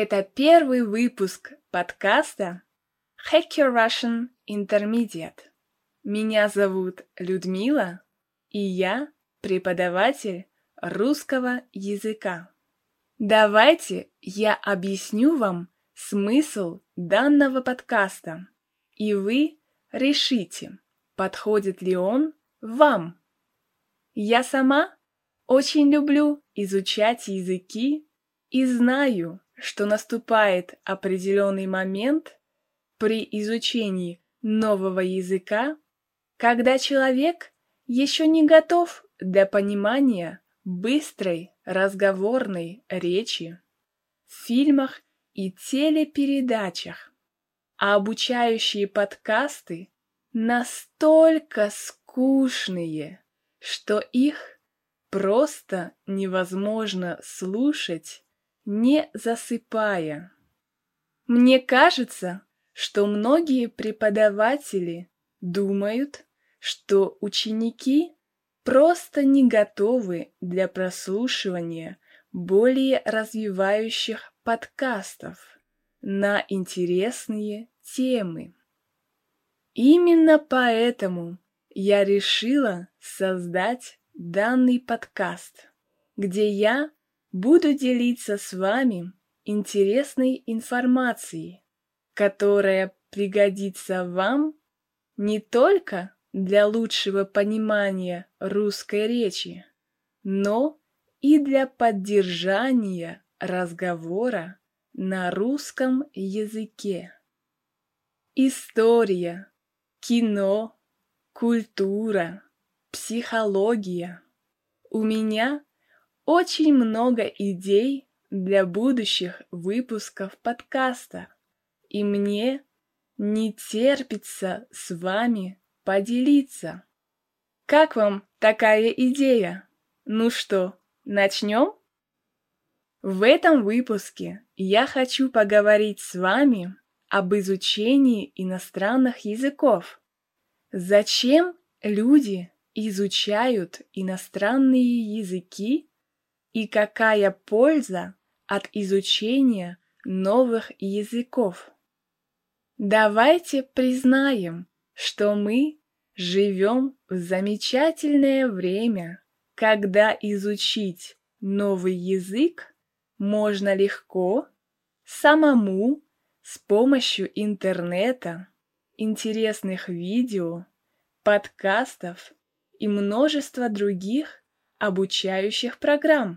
Это первый выпуск подкаста Hack Your Russian Intermediate. Меня зовут Людмила, и я преподаватель русского языка. Давайте я объясню вам смысл данного подкаста, и вы решите, подходит ли он вам. Я сама очень люблю изучать языки и знаю, что наступает определенный момент при изучении нового языка, когда человек еще не готов для понимания быстрой разговорной речи в фильмах и телепередачах, а обучающие подкасты настолько скучные, что их просто невозможно слушать, не засыпая. Мне кажется, что многие преподаватели думают, что ученики просто не готовы для прослушивания более развивающих подкастов на интересные темы. Именно поэтому я решила создать данный подкаст, где я буду делиться с вами интересной информацией, которая пригодится вам не только для лучшего понимания русской речи, но и для поддержания разговора на русском языке. История, кино, культура, психология. У меня очень много идей для будущих выпусков подкаста, и мне не терпится с вами поделиться. Как вам такая идея? Ну что, начнем? В этом выпуске я хочу поговорить с вами об изучении иностранных языков. Зачем люди изучают иностранные языки и какая польза от изучения новых языков? Давайте признаем, что мы живем в замечательное время, когда изучить новый язык можно легко, самому, с помощью интернета, интересных видео, подкастов и множества других обучающих программ.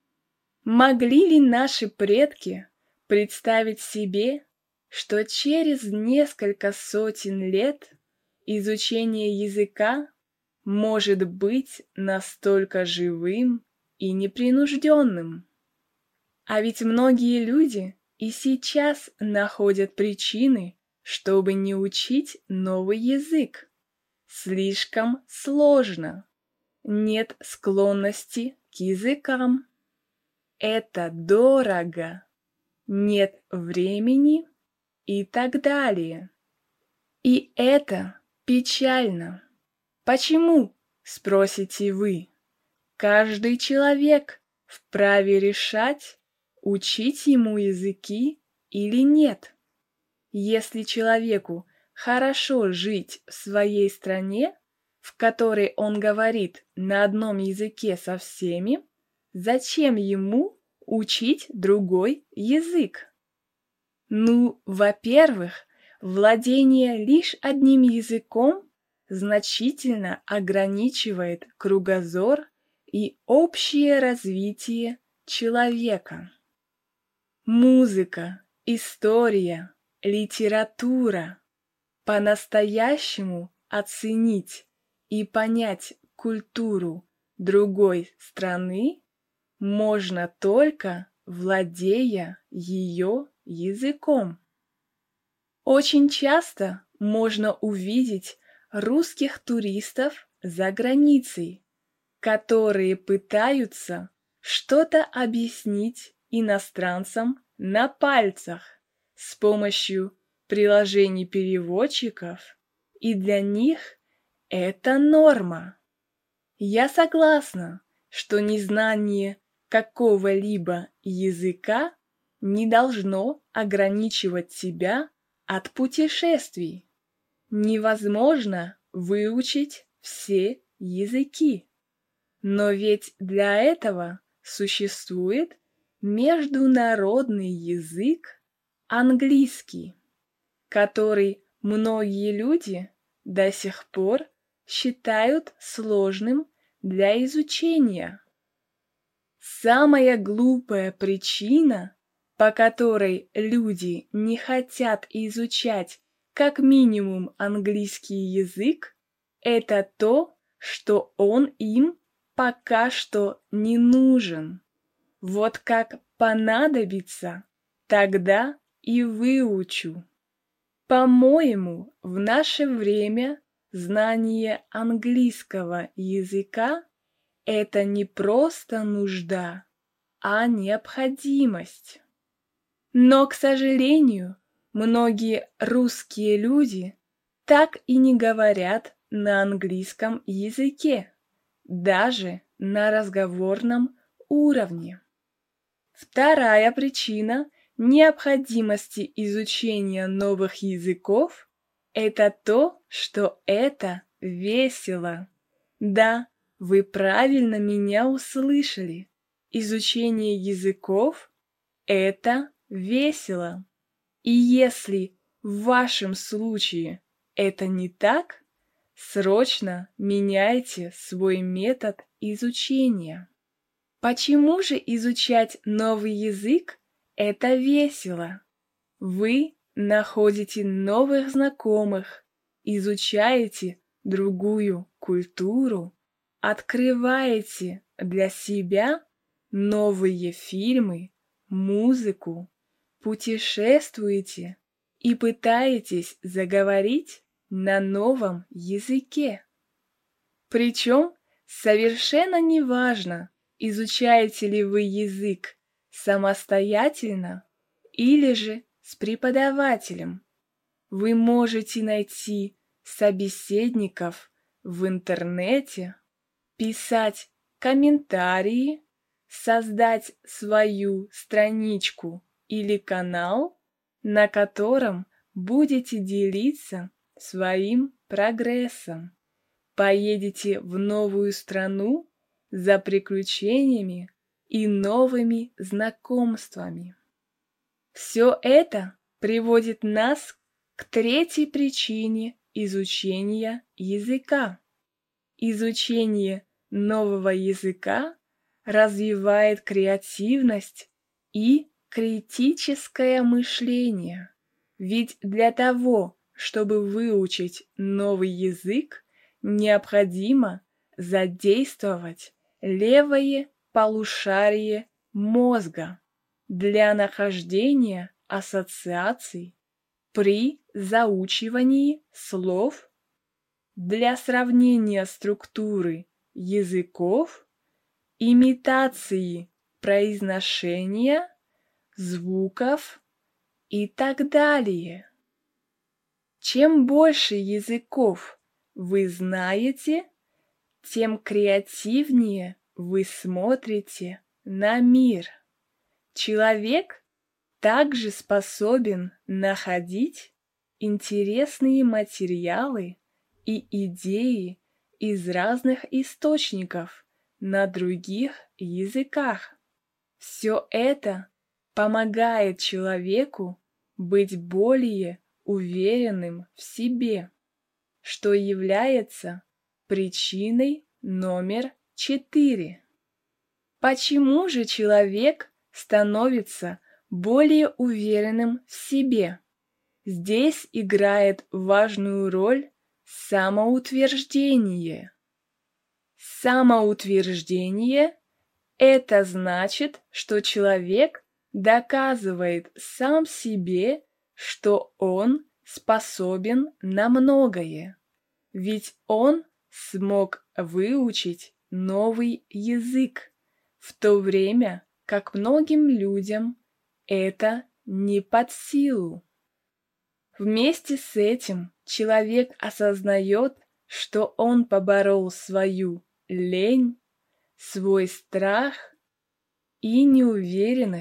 Могли ли наши предки представить себе, что через несколько сотен лет изучение языка может быть настолько живым и непринужденным? А ведь многие люди и сейчас находят причины, чтобы не учить новый язык. Слишком сложно. Нет склонности к языкам. Это дорого. Нет времени и так далее. И это печально. Почему, спросите вы? Каждый человек вправе решать, учить ему языки или нет. Если человеку хорошо жить в своей стране, в которой он говорит на одном языке со всеми, зачем ему учить другой язык? Ну, во-первых, владение лишь одним языком значительно ограничивает кругозор и общее развитие человека. Музыка, история, литература. По-настоящему оценить и понять культуру другой страны можно только владея ее языком. Очень часто можно увидеть русских туристов за границей, которые пытаются что-то объяснить иностранцам на пальцах с помощью приложений-переводчиков, и для них это норма. Я согласна, что незнание какого-либо языка не должно ограничивать тебя от путешествий. Невозможно выучить все языки. Но ведь для этого существует международный язык английский, который многие люди до сих пор считают сложным для изучения. Самая глупая причина, по которой люди не хотят изучать как минимум английский язык, это то, что он им пока что не нужен. Вот как понадобится, тогда и выучу. По-моему, в наше время знание английского языка – это не просто нужда, а необходимость. Но, к сожалению, многие русские люди так и не говорят на английском языке, даже на разговорном уровне. Вторая причина необходимости изучения новых языков – это то, что это весело. Да, вы правильно меня услышали. Изучение языков – это весело. И если в вашем случае это не так, срочно меняйте свой метод изучения. Почему же изучать новый язык – это весело? Вы находите новых знакомых, изучаете другую культуру, открываете для себя новые фильмы, музыку, путешествуете и пытаетесь заговорить на новом языке. Причем совершенно неважно, изучаете ли вы язык самостоятельно или же с преподавателем. Вы можете найти собеседников в интернете, писать комментарии, создать свою страничку или канал, на котором будете делиться своим прогрессом. Поедете в новую страну за приключениями и новыми знакомствами. Все это приводит нас к третьей причине изучения языка. Изучение нового языка развивает креативность и критическое мышление. Ведь для того, чтобы выучить новый язык, необходимо задействовать левое полушарие мозга для нахождения ассоциаций при заучивании слов, для сравнения структуры языков, имитации произношения, звуков и так далее. Чем больше языков вы знаете, тем креативнее вы смотрите на мир. Человек также способен находить интересные материалы и идеи из разных источников на других языках. Все это помогает человеку быть более уверенным в себе, что является причиной номер 4. Почему же человек становится более уверенным в себе? Здесь играет важную роль самоутверждение. Самоутверждение – это значит, что человек доказывает сам себе, что он способен на многое, ведь он смог выучить новый язык, в то время как многим людям это не под силу. Вместе с этим человек осознает, что он поборол свою лень, свой страх и неуверенность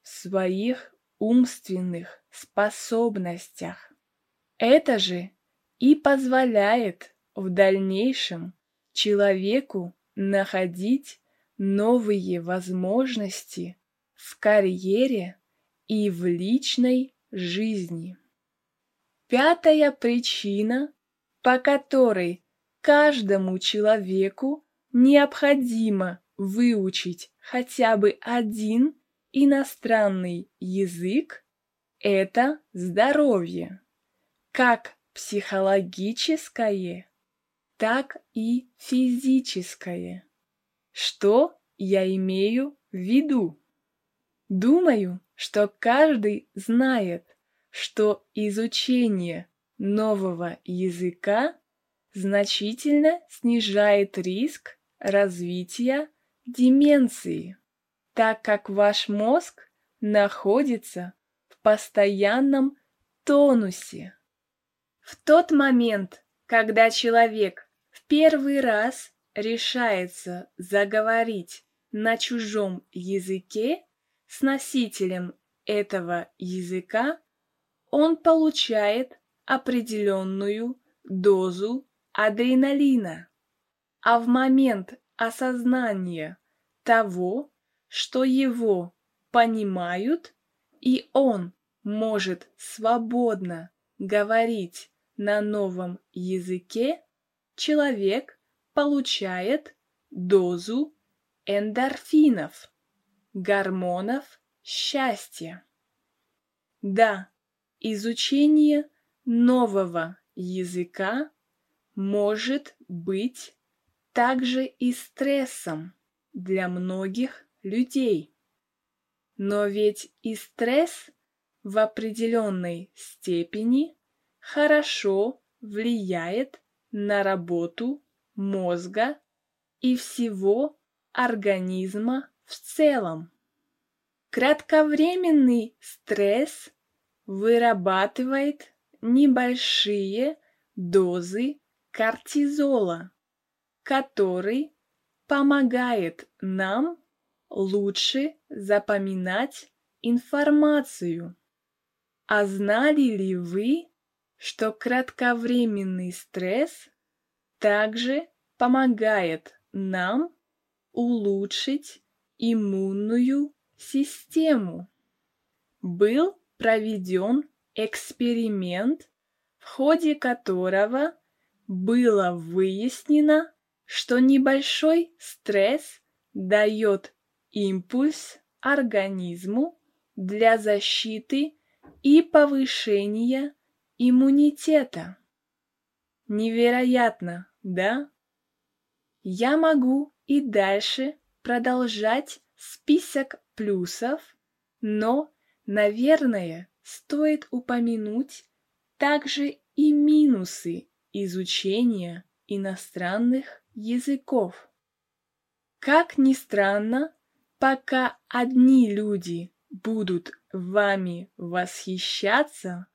в своих умственных способностях. Это же и позволяет в дальнейшем человеку находить новые возможности в карьере и в личной жизни. Пятая причина, по которой каждому человеку необходимо выучить хотя бы один иностранный язык, это здоровье, как психологическое, так и физическое. Что я имею в виду? Думаю, что каждый знает, что изучение нового языка значительно снижает риск развития деменции, так как ваш мозг находится в постоянном тонусе. В тот момент, когда человек в первый раз решается заговорить на чужом языке с носителем этого языка, он получает определенную дозу адреналина. А в момент осознания того, что его понимают, и он может свободно говорить на новом языке, человек получает дозу эндорфинов, гормонов счастья. Да, изучение нового языка может быть также и стрессом для многих людей. Но ведь и стресс в определенной степени хорошо влияет на работу мозга и всего организма в целом. Кратковременный стресс вырабатывает небольшие дозы кортизола, который помогает нам лучше запоминать информацию. А знали ли вы, что кратковременный стресс также помогает нам улучшить иммунную систему? Был проведен эксперимент, в ходе которого было выяснено, что небольшой стресс дает импульс организму для защиты и повышения иммунитета. Невероятно, да? Я могу и дальше продолжать список плюсов, но, наверное, стоит упомянуть также и минусы изучения иностранных языков. Как ни странно, пока одни люди будут вами восхищаться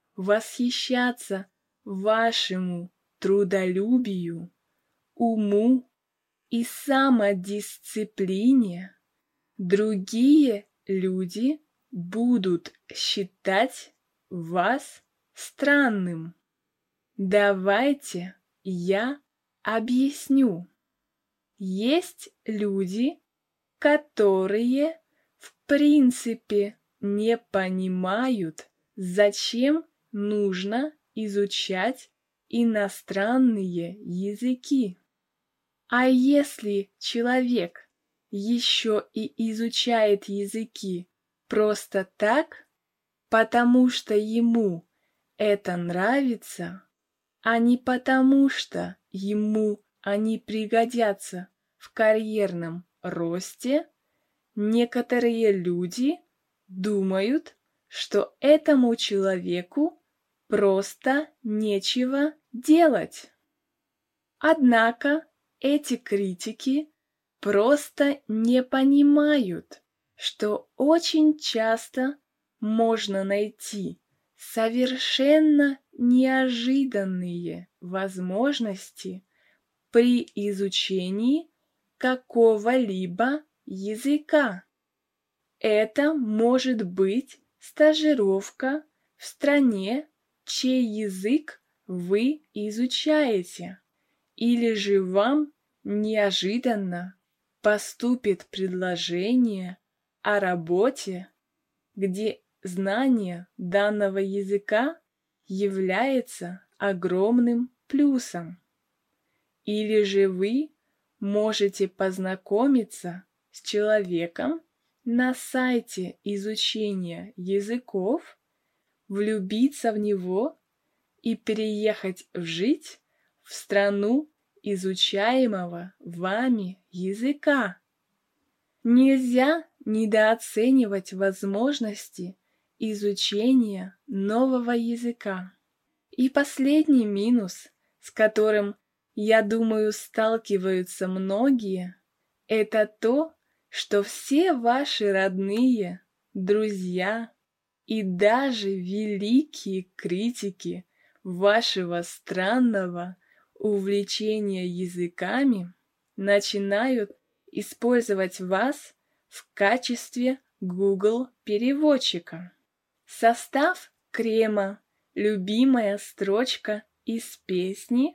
вашему трудолюбию, уму и самодисциплине, другие люди будут считать вас странным. Давайте я объясню. Есть люди, которые в принципе не понимают, зачем нужно изучать иностранные языки. А если человек еще и изучает языки просто так, потому что ему это нравится, а не потому что ему они пригодятся в карьерном росте, некоторые люди думают, что этому человеку просто нечего делать. Однако эти критики просто не понимают, что очень часто можно найти совершенно неожиданные возможности при изучении какого-либо языка. Это может быть стажировка в стране, чей язык вы изучаете, или же вам неожиданно поступит предложение о работе, где знание данного языка является огромным плюсом. Или же вы можете познакомиться с человеком на сайте изучения языков, влюбиться в него и переехать жить в страну изучаемого вами языка. Нельзя недооценивать возможности изучения нового языка. И последний минус, с которым, я думаю, сталкиваются многие, это то, что все ваши родные, друзья и даже великие критики вашего странного увлечения языками начинают использовать вас в качестве Google переводчика. Состав крема, любимая строчка из песни,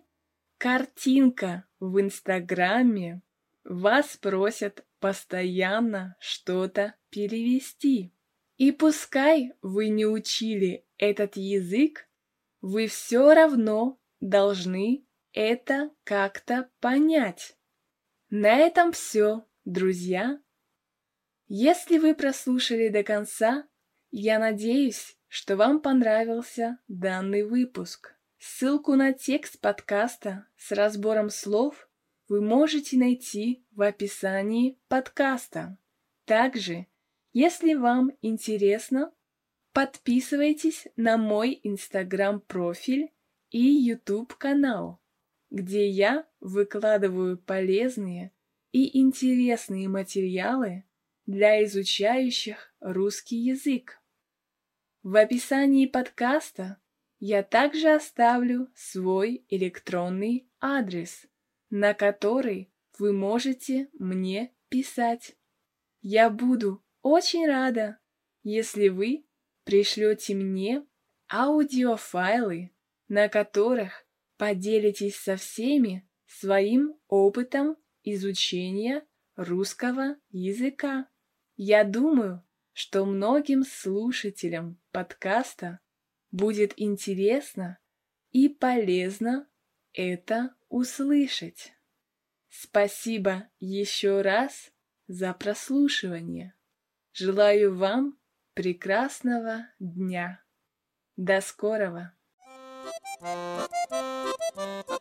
картинка в Инстаграме. Вас просят постоянно что-то перевести. И пускай вы не учили этот язык, вы все равно должны это как-то понять. На этом все, друзья. Если вы прослушали до конца, я надеюсь, что вам понравился данный выпуск. Ссылку на текст подкаста с разбором слов вы можете найти в описании подкаста. Также, если вам интересно, подписывайтесь на мой Instagram-профиль и YouTube-канал, где я выкладываю полезные и интересные материалы для изучающих русский язык. В описании подкаста я также оставлю свой электронный адрес, на который вы можете мне писать. Я буду очень рада, если вы пришлете мне аудиофайлы, на которых поделитесь со всеми своим опытом изучения русского языка. Я думаю, что многим слушателям подкаста будет интересно и полезно это услышать. Спасибо еще раз за прослушивание. Желаю вам прекрасного дня. До скорого!